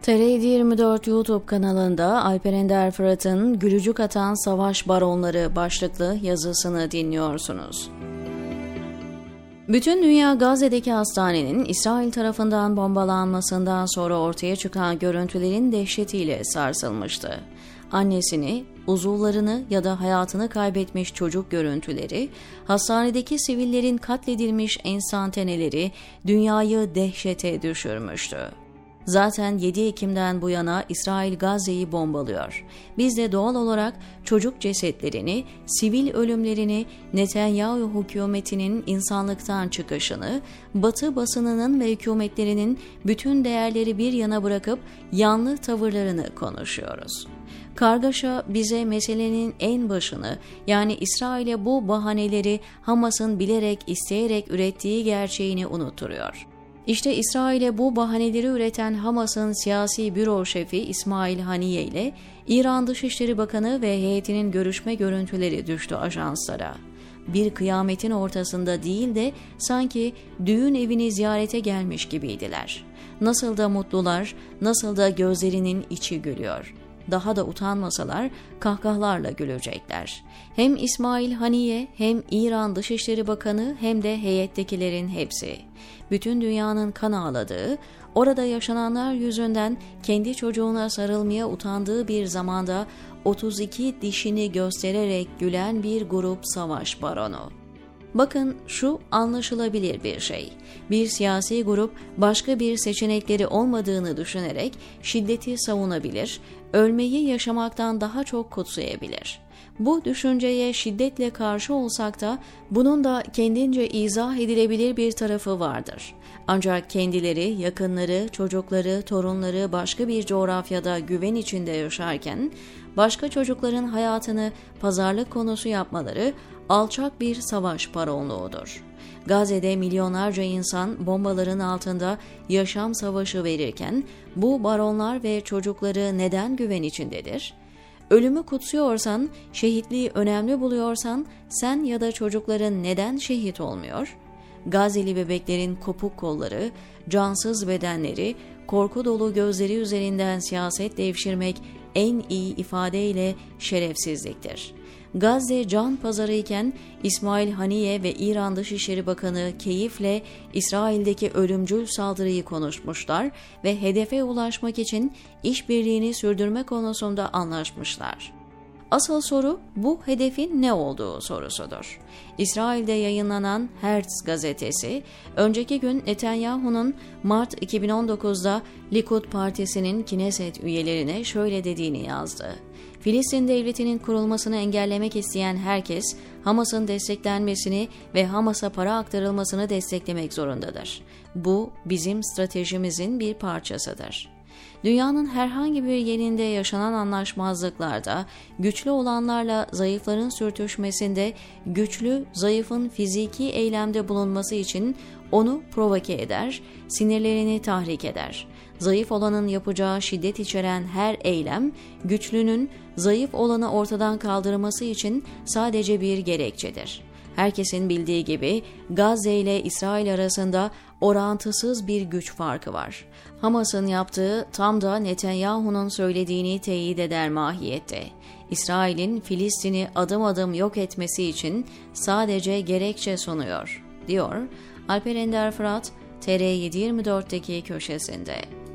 TR724 YouTube kanalında Alper Ender Fırat'ın Gülücük Atan Savaş Baronları başlıklı yazısını dinliyorsunuz. Bütün dünya Gazze'deki hastanenin İsrail tarafından bombalanmasından sonra ortaya çıkan görüntülerin dehşetiyle sarsılmıştı. Annesini, uzuvlarını ya da hayatını kaybetmiş çocuk görüntüleri, hastanedeki sivillerin katledilmiş enstantaneleri dünyayı dehşete düşürmüştü. Zaten 7 Ekim'den bu yana İsrail Gazze'yi bombalıyor. Biz de doğal olarak çocuk cesetlerini, sivil ölümlerini, Netanyahu hükümetinin insanlıktan çıkışını, Batı basınının ve hükümetlerinin bütün değerleri bir yana bırakıp yanlı tavırlarını konuşuyoruz. Kargaşa bize meselenin en başını, yani İsrail'e bu bahaneleri Hamas'ın bilerek, isteyerek ürettiği gerçeğini unutturuyor. İşte İsrail'e bu bahaneleri üreten Hamas'ın siyasi büro şefi İsmail Haniye ile İran Dışişleri Bakanı ve heyetinin görüşme görüntüleri düştü ajanslara. Bir kıyametin ortasında değil de sanki düğün evini ziyarete gelmiş gibiydiler. Nasıl da mutlular, nasıl da gözlerinin içi gülüyor. Daha da utanmasalar kahkahalarla gülecekler. Hem İsmail Haniye hem İran Dışişleri Bakanı hem de heyettekilerin hepsi. Bütün dünyanın kan ağladığı, orada yaşananlar yüzünden kendi çocuğuna sarılmaya utandığı bir zamanda 32 dişini göstererek gülen bir grup savaş baronu. Bakın, şu anlaşılabilir bir şey. Bir siyasi grup başka bir seçenekleri olmadığını düşünerek şiddeti savunabilir, ölmeyi yaşamaktan daha çok kutsayabilir. Bu düşünceye şiddetle karşı olsak da bunun da kendince izah edilebilir bir tarafı vardır. Ancak kendileri, yakınları, çocukları, torunları başka bir coğrafyada güven içinde yaşarken, başka çocukların hayatını pazarlık konusu yapmaları alçak bir savaş baronluğudur. Gazze'de milyonlarca insan bombaların altında yaşam savaşı verirken, bu baronlar ve çocukları neden güven içindedir? Ölümü kutsuyorsan, şehitliği önemli buluyorsan, sen ya da çocukların neden şehit olmuyor? Gazze'li bebeklerin kopuk kolları, cansız bedenleri, korku dolu gözleri üzerinden siyaset devşirmek en iyi ifadeyle şerefsizliktir. Gazze can pazarı iken İsmail Haniye ve İran Dışişleri Bakanı keyifle İsrail'deki ölümcül saldırıyı konuşmuşlar ve hedefe ulaşmak için işbirliğini sürdürme konusunda anlaşmışlar. Asıl soru bu hedefin ne olduğu sorusudur. İsrail'de yayınlanan Haaretz gazetesi, önceki gün Netanyahu'nun Mart 2019'da Likud Partisi'nin Knesset üyelerine şöyle dediğini yazdı. Filistin devletinin kurulmasını engellemek isteyen herkes, Hamas'ın desteklenmesini ve Hamas'a para aktarılmasını desteklemek zorundadır. Bu, bizim stratejimizin bir parçasıdır. Dünyanın herhangi bir yerinde yaşanan anlaşmazlıklarda, güçlü olanlarla zayıfların sürtüşmesinde, güçlü, zayıfın fiziki eylemde bulunması için onu provoke eder, sinirlerini tahrik eder. Zayıf olanın yapacağı şiddet içeren her eylem, güçlünün zayıf olanı ortadan kaldırması için sadece bir gerekçedir. Herkesin bildiği gibi Gazze ile İsrail arasında orantısız bir güç farkı var. Hamas'ın yaptığı tam da Netanyahu'nun söylediğini teyit eder mahiyette. İsrail'in Filistin'i adım adım yok etmesi için sadece gerekçe sunuyor, diyor Alper Ender Fırat, TR724'deki köşesinde.